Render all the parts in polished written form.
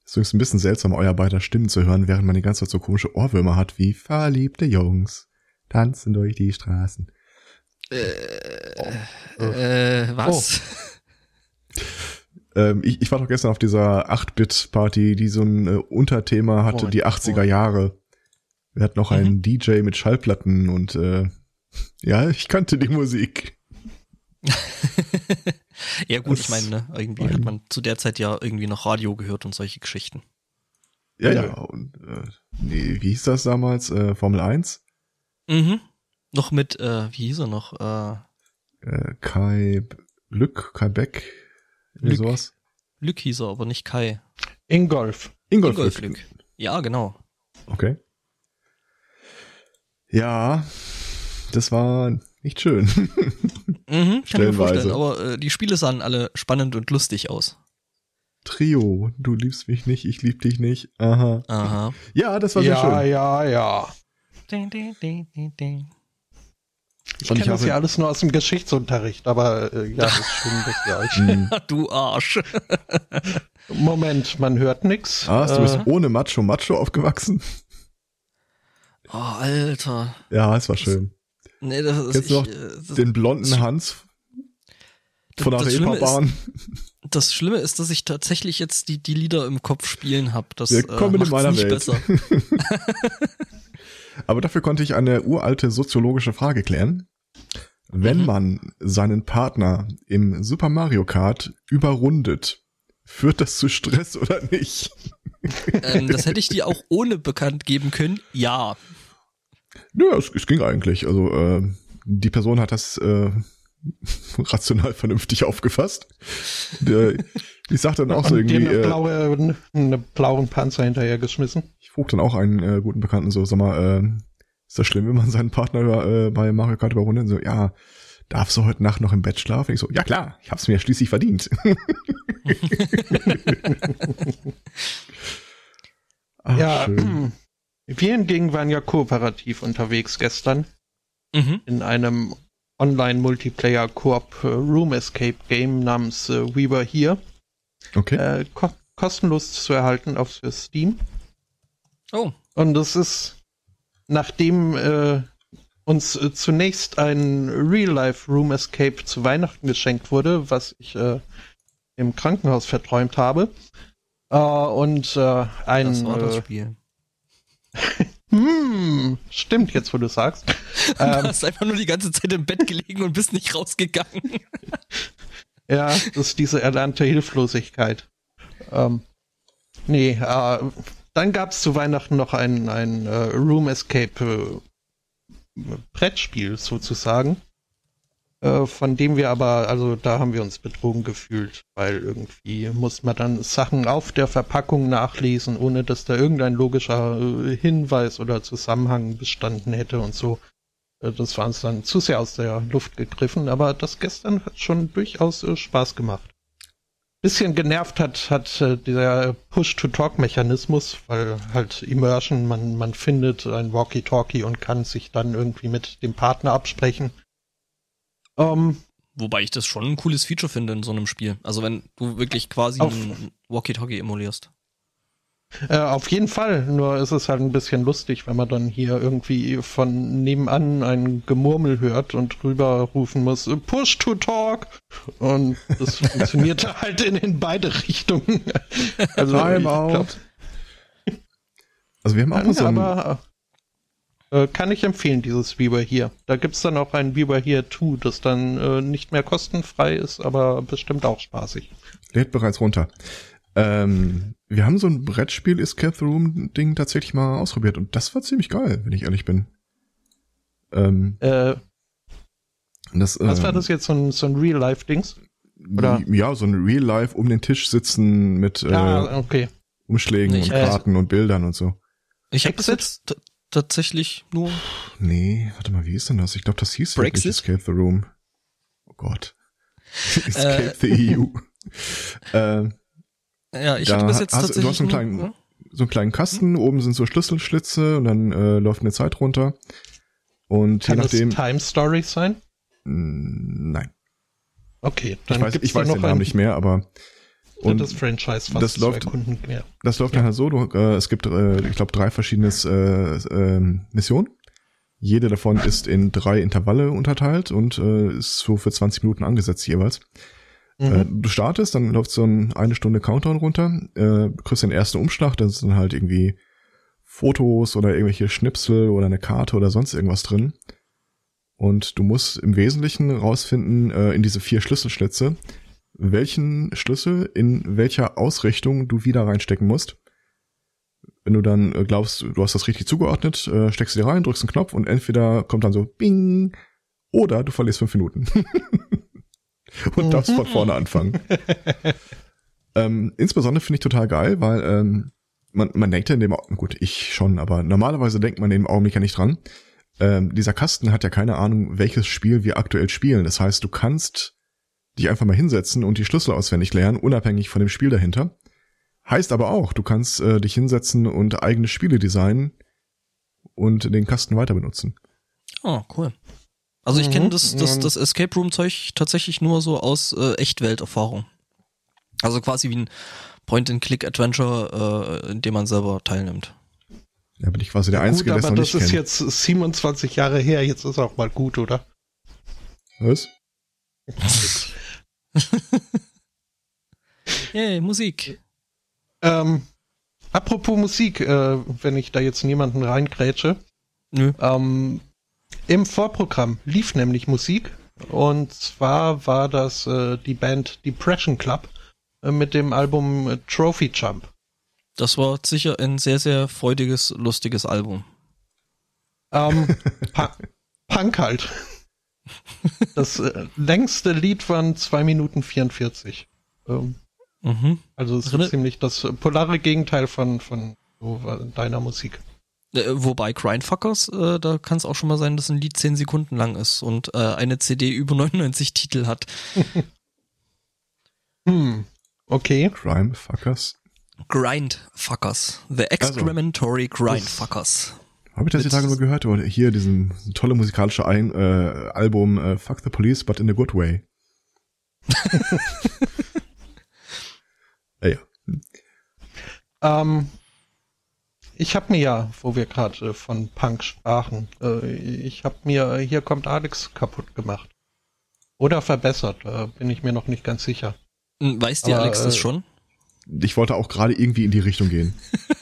ist übrigens ein bisschen seltsam, euer beider Stimmen zu hören, während man die ganze Zeit so komische Ohrwürmer hat, wie verliebte Jungs tanzen durch die Straßen. Was? Ich war doch gestern auf dieser 8-Bit-Party, die so ein Unterthema hatte, die 80er Jahre. Wir hatten noch einen DJ mit Schallplatten und ja, ich kannte die Musik. Ja gut, ich meine, ne, irgendwie hat man zu der Zeit ja irgendwie noch Radio gehört und solche Geschichten. Ja, und nee, wie hieß das damals? Formel 1? Mhm. Noch mit, wie hieß er noch? Kai Beck, irgendwie sowas. Lück hieß er, aber nicht Kai. Ingolf Lück. Ja, genau. Okay. Ja, das war nicht schön. Kann ich mir vorstellen, Stellenweise. aber die Spiele sahen alle spannend und lustig aus. Trio, du liebst mich nicht, ich lieb dich nicht. Aha. Ja, das war sehr schön. Ja. Ding, ding, ding, ding, ding. Ich kenne das ja alles nur aus dem Geschichtsunterricht, aber ja, das ist schon weg. Du Arsch. Moment, man hört nix. Du bist ohne Macho aufgewachsen? Oh, Alter. Ja, es war schön. Nee, das ist... Kennst du noch den blonden Hans von der Reeperbahn? Das Schlimme ist, dass ich tatsächlich jetzt die Lieder im Kopf spielen habe. Das Willkommen in meiner nicht Welt. Besser. Aber dafür konnte ich eine uralte soziologische Frage klären. Wenn man seinen Partner im Super Mario Kart überrundet, führt das zu Stress oder nicht? Das hätte ich dir auch ohne bekannt geben können. Ja. Ja, es ging eigentlich. Also die Person hat das rational vernünftig aufgefasst. Ich sag dann auch so irgendwie... einen blauen Panzer hinterhergeschmissen. Ich frug dann auch einen guten Bekannten so, sag mal, ist das schlimm, wenn man seinen Partner bei Mario Kart überrundet? So, ja, darfst du heute Nacht noch im Bett schlafen? Ich so, ja klar, ich hab's mir schließlich verdient. Ach, ja, schön. wir hingegen waren ja kooperativ unterwegs gestern in einem Online-Multiplayer-Koop Room Escape Game namens We Were Here. Okay. Kostenlos zu erhalten auf Steam. Oh. Und es ist, nachdem uns zunächst ein Real-Life Room Escape zu Weihnachten geschenkt wurde, was ich im Krankenhaus verträumt habe, und Das war das Spiel. Stimmt, jetzt wo du sagst. Du hast einfach nur die ganze Zeit im Bett gelegen und bist nicht rausgegangen. Ja, das ist diese erlernte Hilflosigkeit. Dann gab es zu Weihnachten noch ein Room Escape Brettspiel sozusagen, von dem wir aber, also da haben wir uns betrogen gefühlt, weil irgendwie muss man dann Sachen auf der Verpackung nachlesen, ohne dass da irgendein logischer Hinweis oder Zusammenhang bestanden hätte und so. Das war uns dann zu sehr aus der Luft gegriffen, aber das gestern hat schon durchaus Spaß gemacht. Bisschen genervt hat dieser Push-to-Talk-Mechanismus, weil halt Immersion, man findet ein Walkie-Talkie und kann sich dann irgendwie mit dem Partner absprechen. Wobei ich das schon ein cooles Feature finde in so einem Spiel. Also wenn du wirklich quasi ein Walkie-Talkie emulierst. Auf jeden Fall, nur ist es halt ein bisschen lustig, wenn man dann hier irgendwie von nebenan ein Gemurmel hört und rüber rufen muss, Push to Talk! Und das funktioniert halt in beide Richtungen. Also Timeout. Also wir haben auch noch so ein... kann ich empfehlen, dieses We Were Here. Da gibt's dann auch ein We Were Here 2, das dann nicht mehr kostenfrei ist, aber bestimmt auch spaßig. Lädt bereits runter. Wir haben so ein Brettspiel Escape Room Ding tatsächlich mal ausprobiert und das war ziemlich geil, wenn ich ehrlich bin. Was war das jetzt, so ein Real-Life-Dings? Oder? Ja, so ein Real-Life um den Tisch sitzen mit okay. Umschlägen und Karten und Bildern und so. Ich habe das jetzt tatsächlich nur... Nee, warte mal, wie ist denn das? Ich glaube, das hieß Brexit? wirklich Escape the Room. Oh Gott. Escape the EU. Ja, ich hatte bis jetzt tatsächlich du hast so einen kleinen Kasten, oben sind so Schlüsselschlitze und dann läuft eine Zeit runter. Und Kann je nachdem... das Time Stories sein? Nein. Okay, dann Ich weiß den Namen nicht mehr, aber und das Franchise fast zu erkunden. Ja. Das läuft dann halt so, es gibt, ich glaube, 3 verschiedene Missionen. Jede davon ist in 3 Intervalle unterteilt und ist so für 20 Minuten angesetzt jeweils. Du startest, dann läuft so eine Stunde Countdown runter, kriegst den ersten Umschlag, da sind dann halt irgendwie Fotos oder irgendwelche Schnipsel oder eine Karte oder sonst irgendwas drin. Und du musst im Wesentlichen rausfinden, in diese 4 Schlüsselschnitze, welchen Schlüssel in welcher Ausrichtung du wieder reinstecken musst. Wenn du dann glaubst, du hast das richtig zugeordnet, steckst du dir rein, drückst einen Knopf und entweder kommt dann so Bing oder du verlierst 5 Minuten. Und darfst von vorne anfangen. Insbesondere finde ich total geil, weil man denkt ja in dem gut, ich schon, aber normalerweise denkt man in dem Augenblick ja nicht dran. Dieser Kasten hat ja keine Ahnung, welches Spiel wir aktuell spielen. Das heißt, du kannst dich einfach mal hinsetzen und die Schlüssel auswendig lernen, unabhängig von dem Spiel dahinter. Heißt aber auch, du kannst dich hinsetzen und eigene Spiele designen und den Kasten weiter benutzen. Oh, cool. Also ich kenne das Escape Room Zeug tatsächlich nur so aus Echtwelterfahrung. Also quasi wie ein Point-and-Click-Adventure, in dem man selber teilnimmt. Ja, bin ich quasi der Einzige, der es noch nicht kennt. Aber das ist jetzt 27 Jahre her, jetzt ist auch mal gut, oder? Was? Hey, Musik. Apropos Musik, wenn ich da jetzt niemanden reingrätsche. Nö. Im Vorprogramm lief nämlich Musik und zwar war das die Band Depression Club mit dem Album Trophy Jump. Das war sicher ein sehr, sehr freudiges, lustiges Album. Punk halt. Das längste Lied waren 2 Minuten 44. Also es ist ziemlich das polare Gegenteil von so deiner Musik. Wobei Grindfuckers, da kann es auch schon mal sein, dass ein Lied 10 Sekunden lang ist und eine CD über 99 Titel hat. Okay. Grindfuckers. Grindfuckers. The Excrementory Grindfuckers. Habe ich das die Tage nur gehört? Oder hier diesen tolle musikalische Album Fuck the Police, but in a good way. Ja. Ich habe mir ja, wo wir gerade von Punk sprachen, ich habe mir Hier kommt Alex kaputt gemacht. Oder verbessert, da bin ich mir noch nicht ganz sicher. Weiß die Alex das schon? Ich wollte auch gerade irgendwie in die Richtung gehen.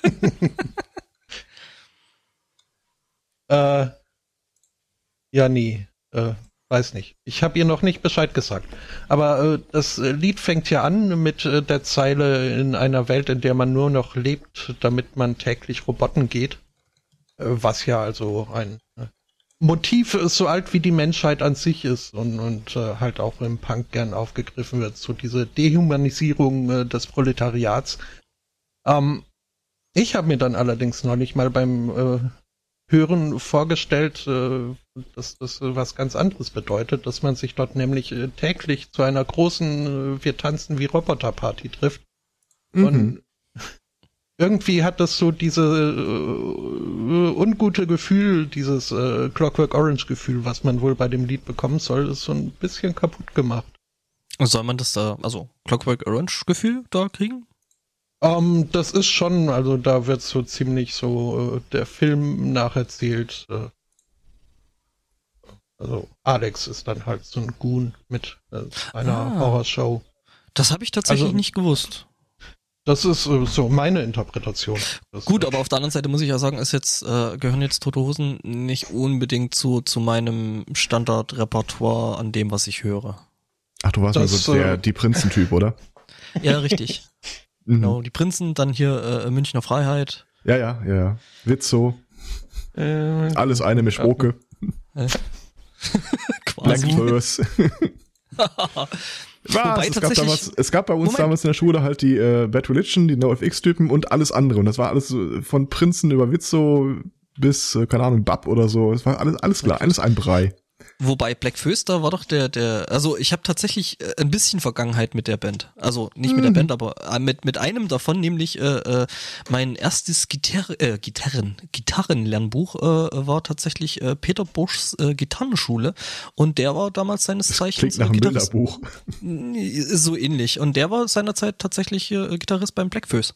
Ja, nee, weiß nicht. Ich habe ihr noch nicht Bescheid gesagt. Aber das Lied fängt ja an mit der Zeile in einer Welt, in der man nur noch lebt, damit man täglich Roboten geht. Was ja also ein Motiv ist, so alt wie die Menschheit an sich ist und halt auch im Punk gern aufgegriffen wird. So diese Dehumanisierung des Proletariats. Ich habe mir dann allerdings neulich mal beim Hören vorgestellt, dass das was ganz anderes bedeutet, dass man sich dort nämlich täglich zu einer großen Wir tanzen wie Roboter-Party trifft. Und irgendwie hat das so diese ungute Gefühl, dieses Clockwork Orange-Gefühl, was man wohl bei dem Lied bekommen soll, ist so ein bisschen kaputt gemacht. Soll man das da, also Clockwork Orange-Gefühl da kriegen? Das ist schon, also da wird so ziemlich so der Film nacherzählt. Also Alex ist dann halt so ein Goon mit einer Horrorshow. Das habe ich tatsächlich nicht gewusst. Das ist so meine Interpretation. Gut, aber auf der anderen Seite muss ich ja sagen, gehören jetzt Tote Hosen nicht unbedingt zu meinem Standardrepertoire an dem, was ich höre. Ach, du warst also die Prinzentyp, oder? Ja, richtig. Genau, die Prinzen, dann hier Münchner Freiheit. Ja. Witzo. Alles eine mit Schwoke. Blackverse. Es gab bei uns damals in der Schule halt die Bad Religion, die NoFX-Typen und alles andere. Und das war alles von Prinzen über Witzo bis, keine Ahnung, Bab oder so. Es war alles klar, alles ein Brei. Wobei Black Föster war doch also ich habe tatsächlich ein bisschen Vergangenheit mit der Band. Also nicht mit der Band, aber mit einem davon, nämlich mein erstes Gitarrenlernbuch war tatsächlich Peter Boschs Gitarrenschule und der war damals seines Zeichens klingt nach einem Bilderbuch. So ähnlich. Und der war seinerzeit tatsächlich Gitarrist beim Black Föß.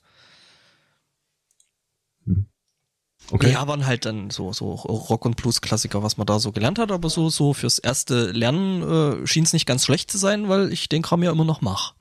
Okay. Ja, waren halt dann so Rock- und Blues-Klassiker, was man da so gelernt hat, aber so fürs erste Lernen schien es nicht ganz schlecht zu sein, weil ich den Kram ja immer noch mache.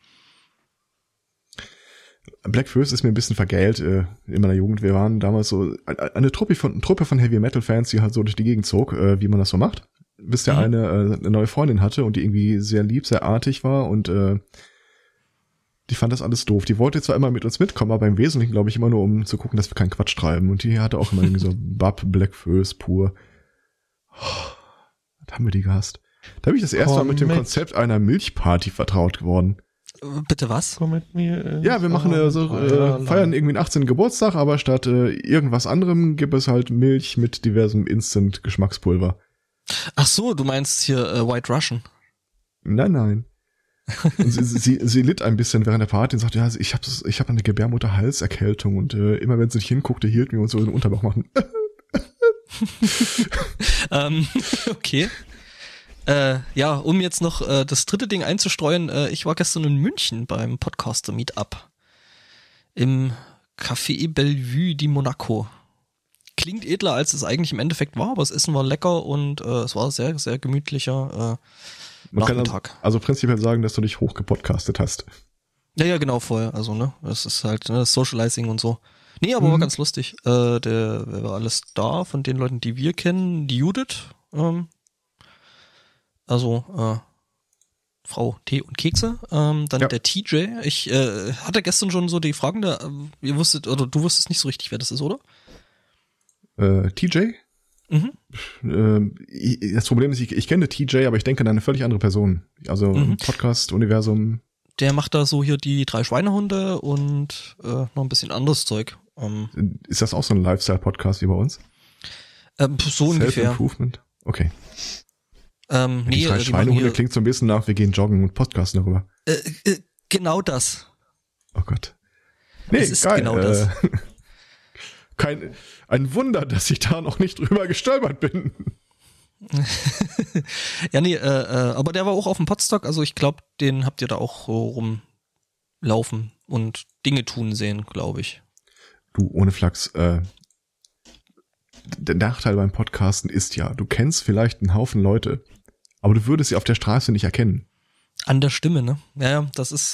Black Föß ist mir ein bisschen vergällt in meiner Jugend. Wir waren damals so eine Truppe von Heavy-Metal-Fans, die halt so durch die Gegend zog, wie man das so macht. Bis der eine neue Freundin hatte und die irgendwie sehr lieb, sehr artig war und die fand das alles doof. Die wollte zwar immer mit uns mitkommen, aber im Wesentlichen, glaube ich, immer nur, um zu gucken, dass wir keinen Quatsch treiben. Und die hatte auch immer irgendwie so Black Föß pur. Oh, was haben wir die gehasst? Da bin ich das erste Mal mit dem Konzept einer Milchparty vertraut geworden. Bitte was? Komm mit mir. Ja, wir machen feiern irgendwie einen 18. Geburtstag, aber statt irgendwas anderem gibt es halt Milch mit diversem Instant-Geschmackspulver. Ach so, du meinst hier White Russian? Nein. Und sie litt ein bisschen während der Party und sagte, ja, ich hab eine Gebärmutterhalserkältung und immer wenn sie nicht hinguckte, hielten wir uns so in den Unterbauch machen. Okay. Ja, um jetzt noch das dritte Ding einzustreuen, ich war gestern in München beim Podcaster-Meetup im Café Bellevue di Monaco. Klingt edler, als es eigentlich im Endeffekt war, aber das Essen war lecker und es war sehr, sehr gemütlicher Man Nachmittag. kann also prinzipiell sagen, dass du dich hochgepodcastet hast. Ja, genau, vorher. Also, ne, es ist halt Socializing und so. Nee, aber war ganz lustig. Wer war alles da von den Leuten, die wir kennen? Die Judith, Frau Tee und Kekse, dann der TJ. Ich hatte gestern schon so die Fragen, du wusstest nicht so richtig, wer das ist, oder? TJ? Das Problem ist, ich kenne TJ, aber ich denke an eine völlig andere Person. Also im Podcast-Universum. Der macht da so hier die 3 Schweinehunde und noch ein bisschen anderes Zeug. Ist das auch so ein Lifestyle-Podcast wie bei uns? So ungefähr. Self-Improvement? Okay. Die 3 Schweinehunde klingt so ein bisschen nach, wir gehen joggen und podcasten darüber. Genau das. Oh Gott. Nee, es ist geil. Genau das. Ein Wunder, dass ich da noch nicht drüber gestolpert bin. Ja, nee, aber der war auch auf dem Podstock, also ich glaube, den habt ihr da auch rumlaufen und Dinge tun sehen, glaube ich. Du, ohne Flachs, der Nachteil beim Podcasten ist ja, du kennst vielleicht einen Haufen Leute, aber du würdest sie auf der Straße nicht erkennen. An der Stimme, ne? Ja, das ist,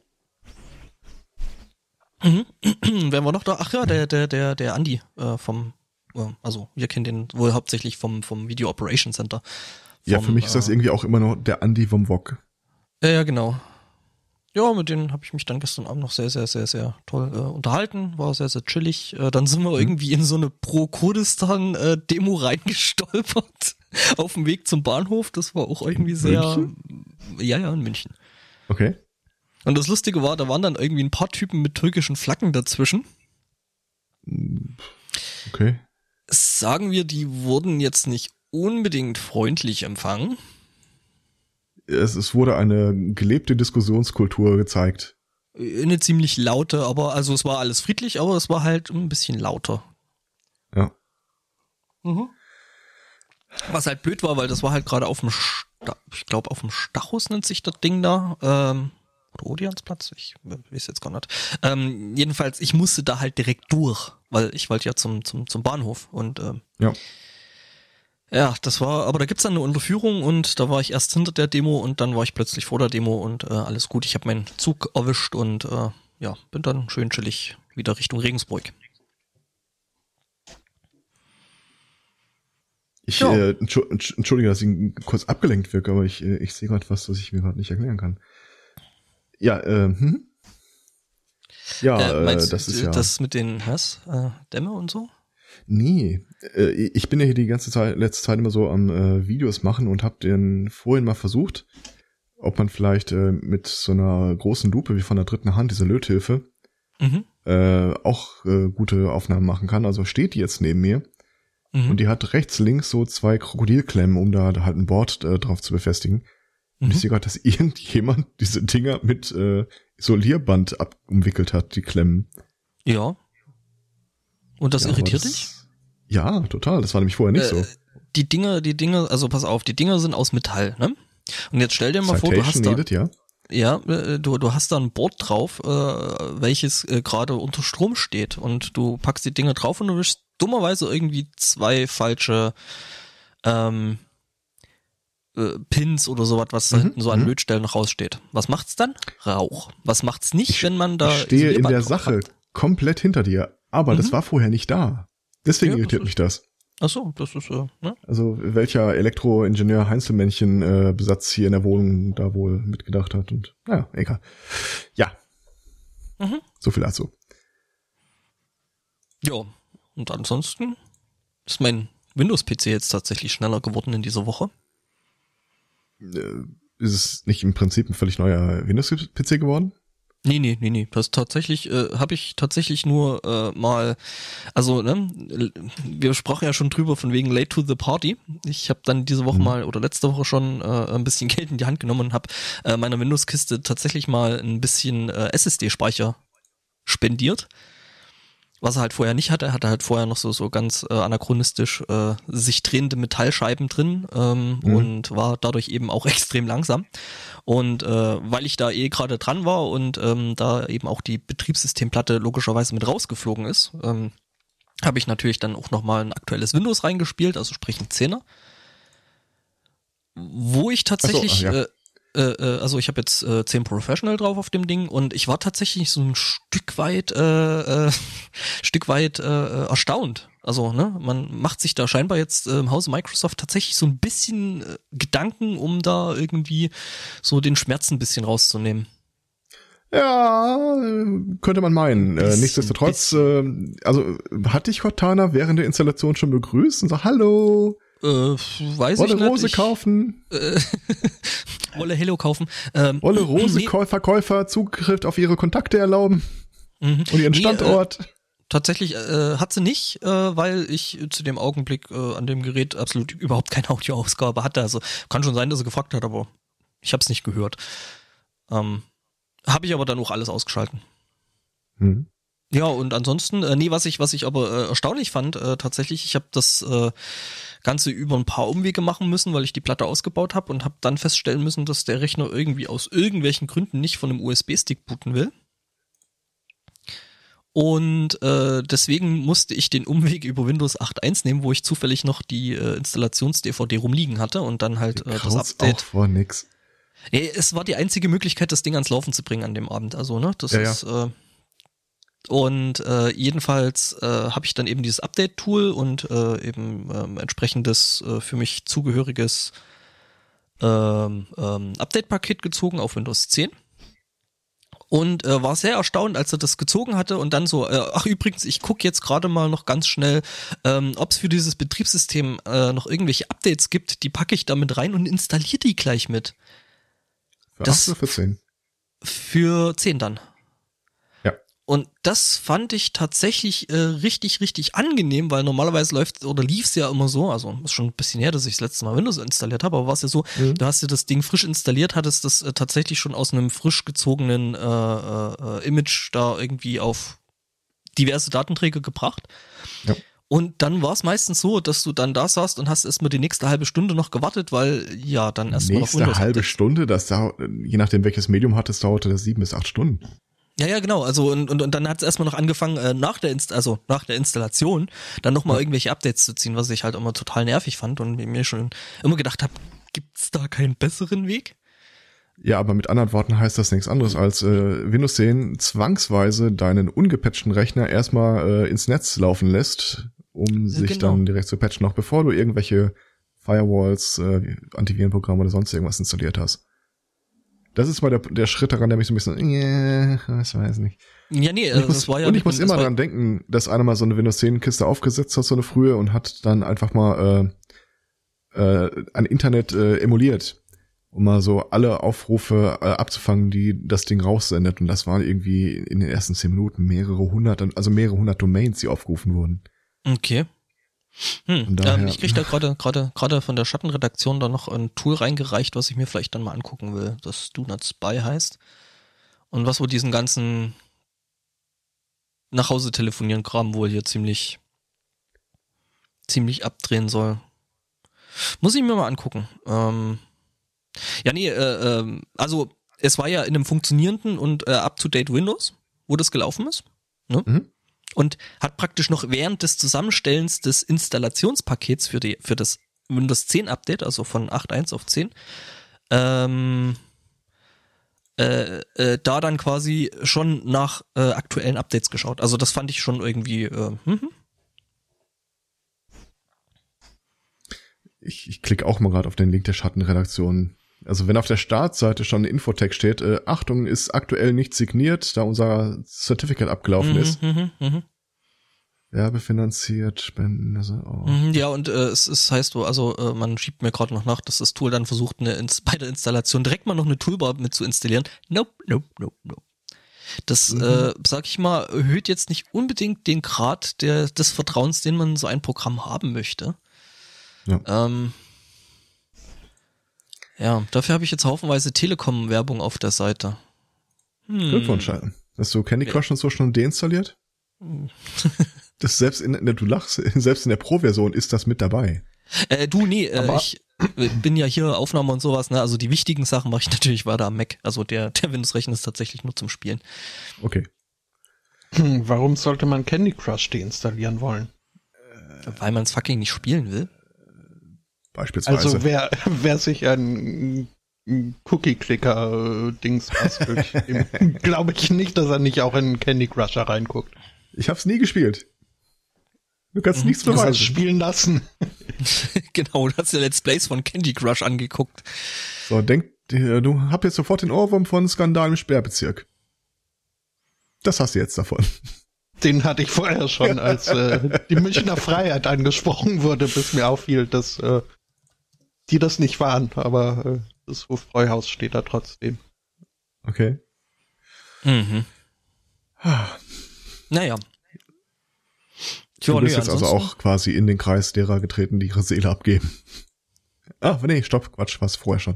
wer war noch da? Ach ja, der Andi also wir kennen den wohl hauptsächlich vom Video Operation Center. Ja, für mich ist das irgendwie auch immer noch der Andi vom VOG. Ja, genau. Ja, mit denen habe ich mich dann gestern Abend noch sehr, sehr, sehr, sehr toll unterhalten. War sehr, sehr chillig. Dann sind wir irgendwie in so eine Pro-Kurdistan-Demo reingestolpert auf dem Weg zum Bahnhof. Das war auch irgendwie sehr... Ja, in München. Okay. Und das Lustige war, da waren dann irgendwie ein paar Typen mit türkischen Flaggen dazwischen. Okay. Sagen wir, die wurden jetzt nicht unbedingt freundlich empfangen. Es wurde eine gelebte Diskussionskultur gezeigt. Eine ziemlich laute, aber also es war alles friedlich, aber es war halt ein bisschen lauter. Ja. Was halt blöd war, weil das war halt gerade auf dem ich glaube auf dem Stachus nennt sich das Ding da. Oder Odeonsplatz, ich weiß jetzt gar nicht. Jedenfalls, ich musste da halt direkt durch, weil ich wollte ja zum Bahnhof und ja, das war, aber da gibt's dann eine Unterführung und da war ich erst hinter der Demo und dann war ich plötzlich vor der Demo und alles gut. Ich habe meinen Zug erwischt und bin dann schön chillig wieder Richtung Regensburg. Entschuldige, dass ich kurz abgelenkt wirke, aber ich sehe gerade was ich mir gerade nicht erklären kann. Ja, das ist ja... Das mit den Dämme und so? Nee, ich bin ja hier die letzte Zeit immer so am Videos machen und habe den vorhin mal versucht, ob man vielleicht mit so einer großen Lupe wie von der dritten Hand, diese Löthilfe, auch gute Aufnahmen machen kann. Also steht die jetzt neben mir. Und die hat rechts, links so 2 Krokodilklemmen, um da halt ein Board drauf zu befestigen. Und ich sehe gerade, dass irgendjemand diese Dinger mit Isolierband umwickelt hat, die Klemmen. Ja. Und das irritiert dich? Ja, total. Das war nämlich vorher nicht so. Die Dinger, also pass auf, die Dinger sind aus Metall, ne? Und jetzt stell dir mal vor, du hast needed, du hast da ein Board drauf, welches gerade unter Strom steht, und du packst die Dinger drauf und du wischst dummerweise irgendwie 2 falsche Pins oder sowas, was da hinten so an Lötstellen noch raussteht. Was macht's dann? Rauch. Was macht's nicht, wenn man da... Ich stehe in der Sache komplett hinter dir, aber das war vorher nicht da. Deswegen irritiert mich das. Ach so, das ist ne? Also welcher Elektroingenieur Heinzelmännchen Besatz hier in der Wohnung da wohl mitgedacht hat, und naja, egal. Ja. So viel dazu. Ja, und ansonsten ist mein Windows-PC jetzt tatsächlich schneller geworden in dieser Woche. Ist es nicht im Prinzip ein völlig neuer Windows-PC geworden? Nee. Das tatsächlich, habe ich tatsächlich nur mal, also, ne, wir sprachen ja schon drüber von wegen late to the party. Ich habe dann diese Woche mal oder letzte Woche schon ein bisschen Geld in die Hand genommen und habe meiner Windows-Kiste tatsächlich mal ein bisschen SSD-Speicher spendiert. Was er halt vorher nicht hatte. Er hatte halt vorher noch so ganz anachronistisch sich drehende Metallscheiben drin und war dadurch eben auch extrem langsam. Und weil ich da gerade dran war und da eben auch die Betriebssystemplatte logischerweise mit rausgeflogen ist, habe ich natürlich dann auch nochmal ein aktuelles Windows reingespielt, also sprich ein 10er. Wo ich tatsächlich... also ich habe jetzt 10 Professional drauf auf dem Ding, und ich war tatsächlich so ein Stück weit erstaunt. Also, ne, man macht sich da scheinbar jetzt im Hause Microsoft tatsächlich so ein bisschen Gedanken, um da irgendwie so den Schmerz ein bisschen rauszunehmen. Ja, könnte man meinen. Nichtsdestotrotz, also hat dich Cortana während der Installation schon begrüßt und sagt, hallo, weiß ich nicht. Wolle Rose kaufen. Wolle Hello kaufen. Wolle Rose Verkäufer Zugriff auf ihre Kontakte erlauben und ihren Standort. Tatsächlich hat sie nicht, weil ich zu dem Augenblick an dem Gerät absolut überhaupt keine Audioausgabe hatte. Also kann schon sein, dass sie gefragt hat, aber ich habe es nicht gehört. Habe ich aber dann auch alles ausgeschalten. Ja, und ansonsten, was ich aber erstaunlich fand, tatsächlich, ich habe das Ganze über ein paar Umwege machen müssen, weil ich die Platte ausgebaut habe, und habe dann feststellen müssen, dass der Rechner irgendwie aus irgendwelchen Gründen nicht von einem USB-Stick booten will. Und deswegen musste ich den Umweg über Windows 8.1 nehmen, wo ich zufällig noch die Installations-DVD rumliegen hatte und dann halt das Update. Auch vor nix. Es war die einzige Möglichkeit, das Ding ans Laufen zu bringen an dem Abend. Also, ne, das ist... Und jedenfalls habe ich dann eben dieses Update-Tool und eben entsprechendes für mich zugehöriges Update-Paket gezogen auf Windows 10. Und war sehr erstaunt, als er das gezogen hatte und dann so, ach übrigens, ich gucke jetzt gerade mal noch ganz schnell, ob es für dieses Betriebssystem noch irgendwelche Updates gibt, die packe ich da mit rein und installiere die gleich mit. Für 8 oder für 10? Für 10 dann. Und das fand ich tatsächlich richtig angenehm, weil normalerweise lief es ja immer so, also ist schon ein bisschen her, dass ich das letzte Mal Windows installiert habe, aber war es ja so, du hast dir das Ding frisch installiert, hattest das tatsächlich schon aus einem frisch gezogenen Image da irgendwie auf diverse Datenträger gebracht. Ja. Und dann war es meistens so, dass du dann da saßt und hast erstmal die nächste halbe Stunde noch gewartet, weil ja dann erstmal auf Windows. Nächste halbe Stunde, je nachdem welches Medium hattest, dauerte das 7 bis 8 Stunden. Ja, genau, also und dann hat es erstmal noch angefangen, nach der Installation dann nochmal irgendwelche Updates zu ziehen, was ich halt immer total nervig fand und mir schon immer gedacht habe, gibt's da keinen besseren Weg? Ja, aber mit anderen Worten heißt das nichts anderes als Windows 10 zwangsweise deinen ungepatchten Rechner erstmal ins Netz laufen lässt, um sich dann direkt zu patchen, noch bevor du irgendwelche Firewalls, Antivirenprogramme oder sonst irgendwas installiert hast. Das ist mal der Schritt daran, der mich so ein bisschen, ich weiß nicht. Ja, nee, das war ja. Und ich muss immer dran denken, dass einer mal so eine Windows 10 Kiste aufgesetzt hat, so eine frühe, und hat dann einfach mal ein Internet emuliert, um mal so alle Aufrufe abzufangen, die das Ding raussendet. Und das waren irgendwie in den ersten 10 Minuten mehrere hundert Domains, die aufgerufen wurden. Okay. Ich kriege da gerade von der Schattenredaktion da noch ein Tool reingereicht, was ich mir vielleicht dann mal angucken will, das Do Not Spy heißt. Und was wohl diesen ganzen nach Hause telefonieren Kram wohl hier ziemlich abdrehen soll. Muss ich mir mal angucken. Also es war ja in einem funktionierenden und up-to-date Windows, wo das gelaufen ist. Ne? Mhm. Und hat praktisch noch während des Zusammenstellens des Installationspakets für das Windows 10 Update, also von 8.1 auf 10, da dann quasi schon nach aktuellen Updates geschaut. Also das fand ich schon irgendwie Ich klicke auch mal gerade auf den Link der Schattenredaktion. Also wenn auf der Startseite schon ein Infotext steht, Achtung, ist aktuell nicht signiert, da unser Certificate abgelaufen ist. Werbefinanziert, Spenden, also auch. Ja, und es heißt so, also man schiebt mir gerade noch nach, dass das Tool dann versucht, bei der Installation direkt mal noch eine Toolbar mit zu installieren. Nope. Das, sag ich mal, erhöht jetzt nicht unbedingt den Grad des Vertrauens, den man in so ein Programm haben möchte. Ja. Ja, dafür habe ich jetzt haufenweise Telekom-Werbung auf der Seite. Glückwunsch. Hast du Candy Crush und so schon deinstalliert? Das selbst du lachst, selbst in der Pro-Version ist das mit dabei. Ich bin ja hier Aufnahme und sowas, ne? Also die wichtigen Sachen mache ich natürlich weiter am Mac. Also der Windows-Rechner ist tatsächlich nur zum Spielen. Okay. Warum sollte man Candy Crush deinstallieren wollen? Weil man es fucking nicht spielen will. Beispielsweise. Also wer sich ein Cookie-Clicker-Dings bastelt, glaube ich nicht, dass er nicht auch in Candy Crush reinguckt. Ich hab's nie gespielt. Du kannst nichts beweisen. Spielen lassen. Genau, du hast ja Let's Plays von Candy Crush angeguckt. So, du hast jetzt sofort den Ohrwurm von Skandal im Sperrbezirk. Das hast du jetzt davon. Den hatte ich vorher schon, als die Münchner Freiheit angesprochen wurde, bis mir auffiel, dass die das nicht waren. Aber das Hofbräuhaus steht da trotzdem. Okay. Naja. Du bist jetzt also auch quasi in den Kreis derer getreten, die ihre Seele abgeben. Nee, stopp, Quatsch, was vorher schon.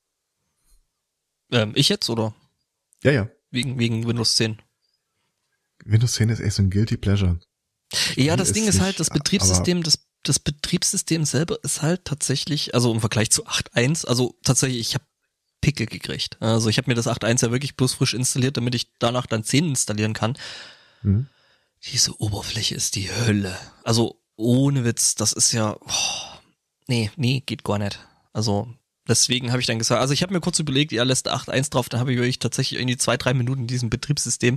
Ich jetzt, oder? Ja. Wegen Windows 10. Windows 10 ist echt so ein Guilty Pleasure. Ja, das Ding ist halt, das Betriebssystem, das Betriebssystem selber ist halt tatsächlich, also im Vergleich zu 8.1, also tatsächlich, ich habe Pickel gekriegt. Also ich habe mir das 8.1 ja wirklich bloß frisch installiert, damit ich danach dann 10 installieren kann. Diese Oberfläche ist die Hölle. Also ohne Witz, das ist ja, nee, geht gar nicht. Also deswegen habe ich dann gesagt, also ich habe mir kurz überlegt, ja, lässt 8.1 drauf, dann habe ich wirklich tatsächlich irgendwie 2-3 Minuten in diesem Betriebssystem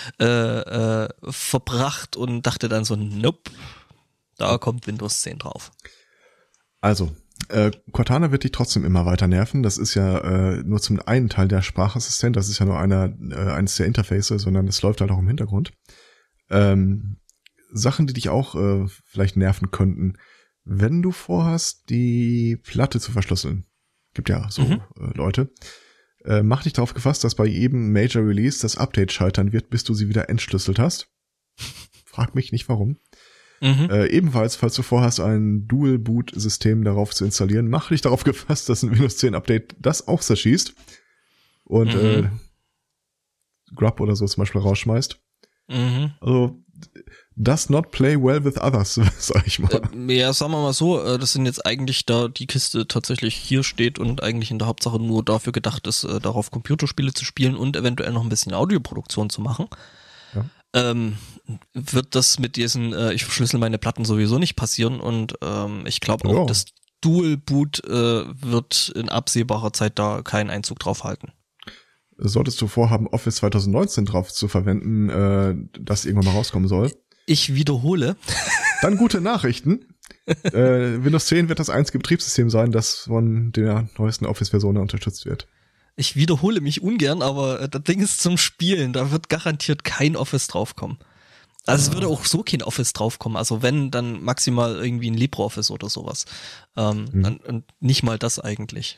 verbracht und dachte dann so, nope, da kommt Windows 10 drauf. Also, Cortana wird dich trotzdem immer weiter nerven. Das ist ja nur zum einen Teil der Sprachassistent, das ist ja nur eines der Interfaces, sondern es läuft halt auch im Hintergrund. Sachen, die dich auch vielleicht nerven könnten, wenn du vorhast, die Platte zu verschlüsseln. Gibt ja so Leute. Mach dich darauf gefasst, dass bei jedem Major Release das Update scheitern wird, bis du sie wieder entschlüsselt hast. Frag mich nicht warum. Ebenfalls, falls du vorhast, ein Dual-Boot-System darauf zu installieren, mach dich darauf gefasst, dass ein Windows 10 Update das auch zerschießt und Grub oder so zum Beispiel rausschmeißt. Also, does not play well with others, sag ich mal. Ja, sagen wir mal so, das sind jetzt eigentlich da die Kiste tatsächlich hier steht und eigentlich in der Hauptsache nur dafür gedacht ist, darauf Computerspiele zu spielen und eventuell noch ein bisschen Audioproduktion zu machen. Ja. Wird das mit diesen, ich verschlüssel meine Platten sowieso nicht passieren und ich glaube auch, das Dual Boot wird in absehbarer Zeit da keinen Einzug drauf halten. Solltest du vorhaben, Office 2019 drauf zu verwenden, das irgendwann mal rauskommen soll? Ich wiederhole. Dann gute Nachrichten. Windows 10 wird das einzige Betriebssystem sein, das von der neuesten Office-Version unterstützt wird. Ich wiederhole mich ungern, aber das Ding ist zum Spielen. Da wird garantiert kein Office draufkommen. Also es würde auch so kein Office draufkommen. Also wenn, dann maximal irgendwie ein LibreOffice oder sowas. Und nicht mal das eigentlich.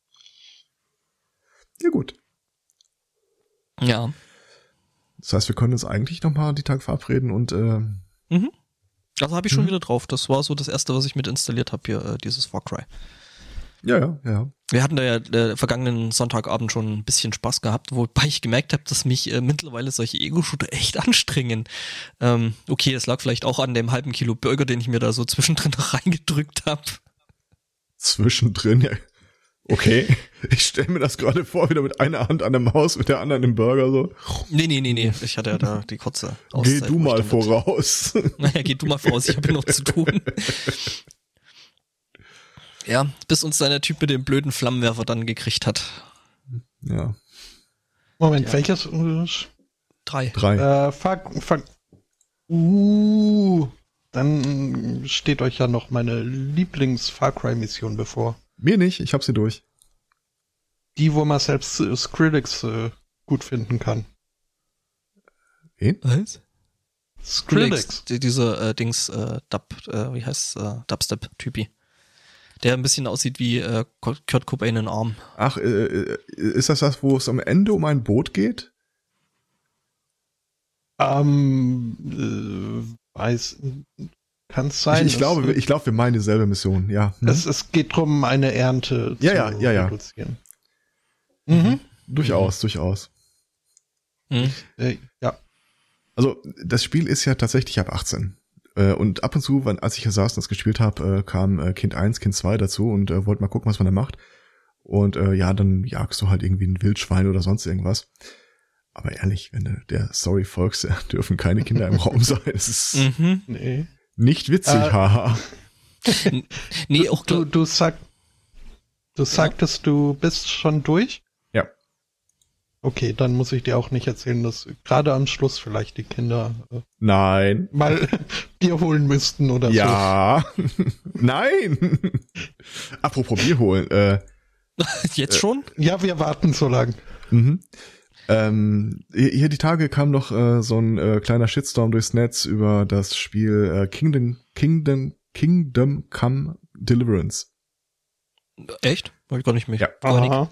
Ja gut. Ja. Das heißt, wir können uns eigentlich noch mal die Tage verabreden und Also habe ich schon wieder drauf. Das war so das erste, was ich mit installiert habe hier, dieses Far Cry. Ja. Wir hatten da ja vergangenen Sonntagabend schon ein bisschen Spaß gehabt, wobei ich gemerkt habe, dass mich mittlerweile solche Ego-Shooter echt anstrengen. Okay, das lag vielleicht auch an dem halben Kilo Burger, den ich mir da so zwischendrin noch reingedrückt habe. Zwischendrin, ja. Okay, ich stelle mir das gerade vor, wieder mit einer Hand an der Maus, mit der anderen im Burger so. Nee. Ich hatte ja da die kurze Auszeit. Geh du mal voraus. Naja, geh du mal voraus, ich habe noch zu tun. Ja, bis uns dann der Typ mit dem blöden Flammenwerfer dann gekriegt hat. Ja. Moment, welches? 3. Fuck. Dann steht euch ja noch meine Lieblings-Far Cry-Mission bevor. Mir nicht, ich hab sie durch. Die, wo man selbst Skrillex gut finden kann. Wen? Was? Skrillex. Dieser wie heißt Dubstep-Typi. Der ein bisschen aussieht wie Kurt Cobain in Arm. Ach, ist das, wo es am Ende um ein Boot geht? Kann es sein. Ich glaube, wir meinen dieselbe Mission, ja. Es geht darum, eine Ernte zu reduzieren. Durchaus. Ja. Also, das Spiel ist ja tatsächlich ab 18. Und ab und zu, als ich hier saß und das gespielt habe, kam Kind 1, Kind 2 dazu und wollte mal gucken, was man da macht. Und dann jagst du halt irgendwie ein Wildschwein oder sonst irgendwas. Aber ehrlich, wenn du der Story folgst, dürfen keine Kinder im Raum sein. Das ist nicht witzig, haha. Nee, auch du sagtest, du bist schon durch? Ja. Okay, dann muss ich dir auch nicht erzählen, dass gerade am Schluss vielleicht die Kinder Nein. mal Bier holen müssten oder so. Ja. Nein. Apropos Bier holen. Jetzt schon? Ja, wir warten so lang. Hier die Tage kam noch so ein kleiner Shitstorm durchs Netz über das Spiel Kingdom Come Deliverance. Echt? Hab ich gar nicht mehr. Ja. Aha.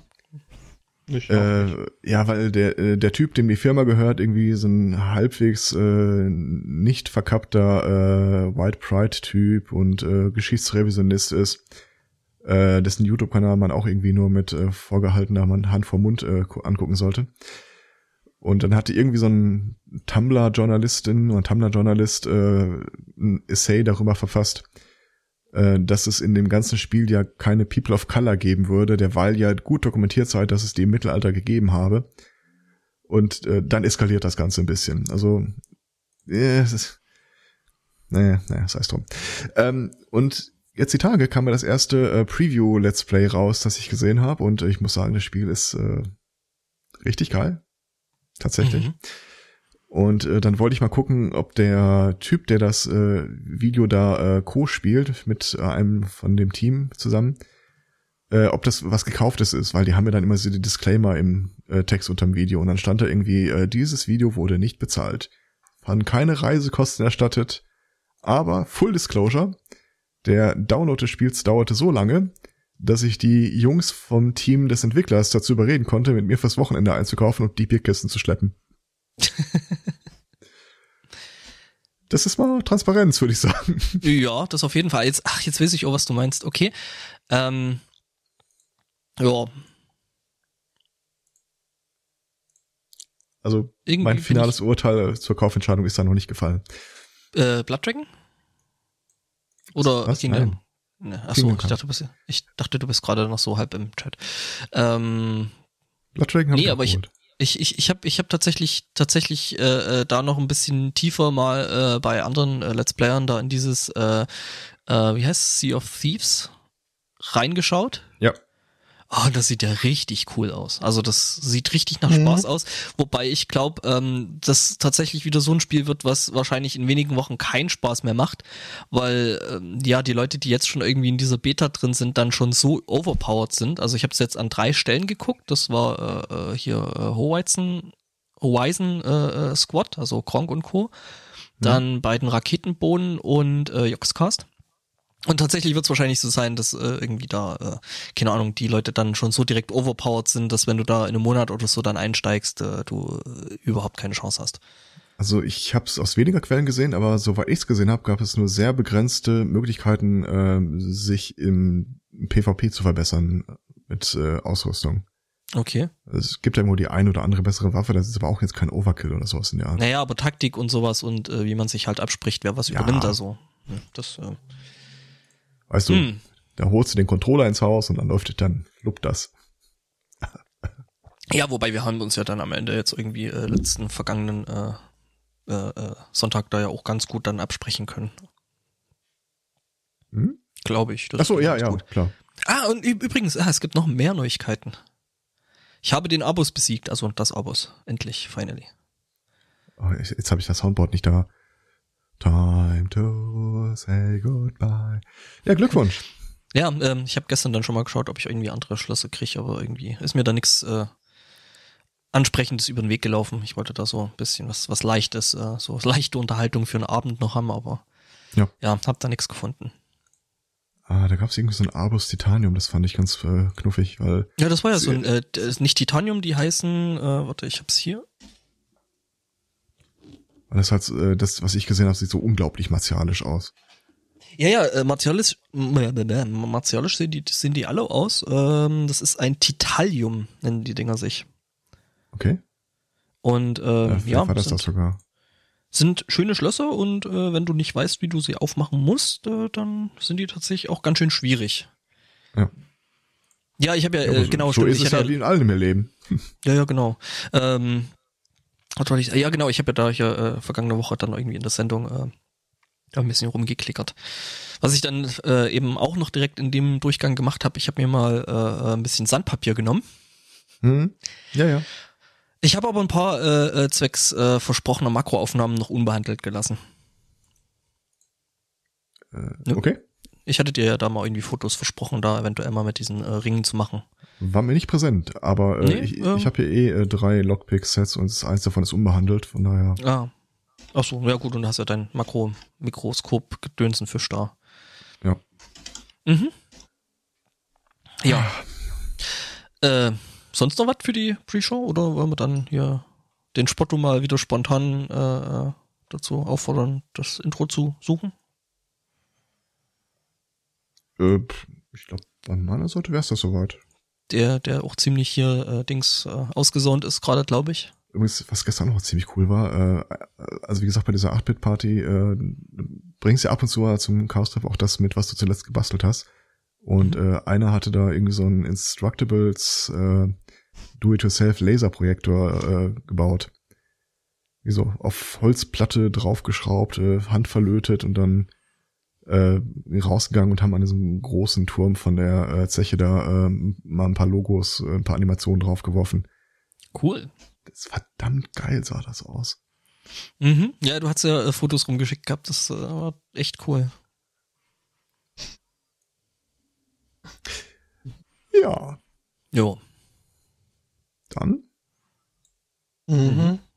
Weil der Typ, dem die Firma gehört, irgendwie so ein halbwegs nicht verkappter White Pride-Typ und Geschichtsrevisionist ist, dessen YouTube-Kanal man auch irgendwie nur mit vorgehaltener Hand vor Mund angucken sollte. Und dann hatte irgendwie so ein Tumblr-Journalistin oder Tumblr-Journalist ein Essay darüber verfasst, dass es in dem ganzen Spiel ja keine People of Color geben würde, derweil ja gut dokumentiert sei, dass es die im Mittelalter gegeben habe. Und dann eskaliert das Ganze ein bisschen. Also, es ist, sei es drum. Und jetzt die Tage kam mir das erste Preview-Let's Play raus, das ich gesehen habe. Und ich muss sagen, das Spiel ist richtig geil. Tatsächlich. Und dann wollte ich mal gucken, ob der Typ, der das Video da co-spielt, mit einem von dem Team zusammen, ob das was Gekauftes ist, weil die haben ja dann immer so die Disclaimer im Text unterm Video. Und dann stand da irgendwie, dieses Video wurde nicht bezahlt. Waren keine Reisekosten erstattet, aber Full Disclosure, der Download des Spiels dauerte so lange, dass ich die Jungs vom Team des Entwicklers dazu überreden konnte, mit mir fürs Wochenende einzukaufen und die Bierkisten zu schleppen. Das ist mal Transparenz, würde ich sagen. Ja, das auf jeden Fall. Jetzt weiß ich auch, was du meinst. Okay. Ja. Also irgendwie mein finales Urteil zur Kaufentscheidung ist da noch nicht gefallen. Blood Dragon? Oder was? Kingdom? Ne, achso, ich dachte, du bist gerade noch so halb im Chat. Blood Dragon habe ich aber geholt. Ich hab tatsächlich da noch ein bisschen tiefer mal bei anderen Let's Playern da in dieses wie heißt es, Sea of Thieves reingeschaut. Ja. Oh, das sieht ja richtig cool aus. Also das sieht richtig nach Spaß aus. Wobei ich glaube, das tatsächlich wieder so ein Spiel wird, was wahrscheinlich in wenigen Wochen keinen Spaß mehr macht, weil die Leute, die jetzt schon irgendwie in dieser Beta drin sind, dann schon so overpowered sind. Also ich habe es jetzt an 3 Stellen geguckt. Das war Horizon Squad, also Kronk und Co. Dann beiden Raketenbohnen und Yogscast. Und tatsächlich wird es wahrscheinlich so sein, dass irgendwie da, keine Ahnung, die Leute dann schon so direkt overpowered sind, dass wenn du da in einem Monat oder so dann einsteigst, du überhaupt keine Chance hast. Also ich habe es aus weniger Quellen gesehen, aber soweit ich es gesehen habe, gab es nur sehr begrenzte Möglichkeiten, sich im PvP zu verbessern mit Ausrüstung. Okay. Es gibt ja immer die eine oder andere bessere Waffe, das ist aber auch jetzt kein Overkill oder sowas in der Art. Naja, aber Taktik und sowas und wie man sich halt abspricht, wer was übernimmt da so. Das, weißt du, da holst du den Controller ins Haus und dann lupt das. Ja, wobei wir haben uns ja dann am Ende jetzt irgendwie letzten vergangenen Sonntag da ja auch ganz gut dann absprechen können. Glaube ich. Ach so, ja, gut. Klar. Und übrigens, es gibt noch mehr Neuigkeiten. Ich habe den Abos besiegt, also das Abos. Endlich, finally. Oh, jetzt habe ich das Soundboard nicht da. Time to say goodbye. Ja, Glückwunsch. Ja, ich habe gestern dann schon mal geschaut, ob ich irgendwie andere Schlösser kriege, aber irgendwie ist mir da nichts Ansprechendes über den Weg gelaufen. Ich wollte da so ein bisschen was Leichtes, so leichte Unterhaltung für einen Abend noch haben, aber ja, hab da nichts gefunden. Da gab es irgendwie so ein Abus Titanium, das fand ich ganz knuffig, weil... Ja, das war ja so ein, nicht Titanium, die heißen, warte, ich hab's hier. Das halt, das, was ich gesehen habe, sieht so unglaublich martialisch aus. Ja, martialisch sehen die alle aus. Das ist ein Titanium, nennen die Dinger sich. Okay. Und ja, war das sogar. Sind schöne Schlösser und wenn du nicht weißt, wie du sie aufmachen musst, dann sind die tatsächlich auch ganz schön schwierig. Ja. Ja, ich habe ja, genau, so ist es ja wie in allem im Leben. Ja, genau. Ja, genau, ich habe ja da hier vergangene Woche dann irgendwie in der Sendung ein bisschen rumgeklickert. Was ich dann eben auch noch direkt in dem Durchgang gemacht habe, ich habe mir mal ein bisschen Sandpapier genommen. Ja. Ich habe aber ein paar zwecks versprochener Makroaufnahmen noch unbehandelt gelassen. Okay. Ich hatte dir ja da mal irgendwie Fotos versprochen, da eventuell mal mit diesen Ringen zu machen. War mir nicht präsent, aber ich habe hier 3 Lockpick-Sets und eins davon ist unbehandelt, von daher. Ah. Ach so, ja gut, und du hast ja dein Mikroskop-Gedönsenfisch da. Ja. Ja. Sonst noch was für die Pre-Show oder wollen wir dann hier den Spotto mal wieder spontan dazu auffordern, das Intro zu suchen? Ich glaube, bei meiner Seite wäre es das soweit. Der auch ziemlich hier ausgesaunt ist gerade, glaube ich. Übrigens, was gestern noch ziemlich cool war, also wie gesagt, bei dieser 8-Bit-Party bringst du ab und zu mal zum Chaos-Treff auch das mit, was du zuletzt gebastelt hast. Und einer hatte da irgendwie so einen Instructables Do-it-yourself Laserprojektor gebaut. Wie so auf Holzplatte draufgeschraubt, handverlötet und dann rausgegangen und haben an diesem großen Turm von der Zeche da mal ein paar Logos, ein paar Animationen draufgeworfen. Cool. Das verdammt geil sah das aus. Ja, du hast ja Fotos rumgeschickt gehabt, das war echt cool. Ja. Jo. Dann?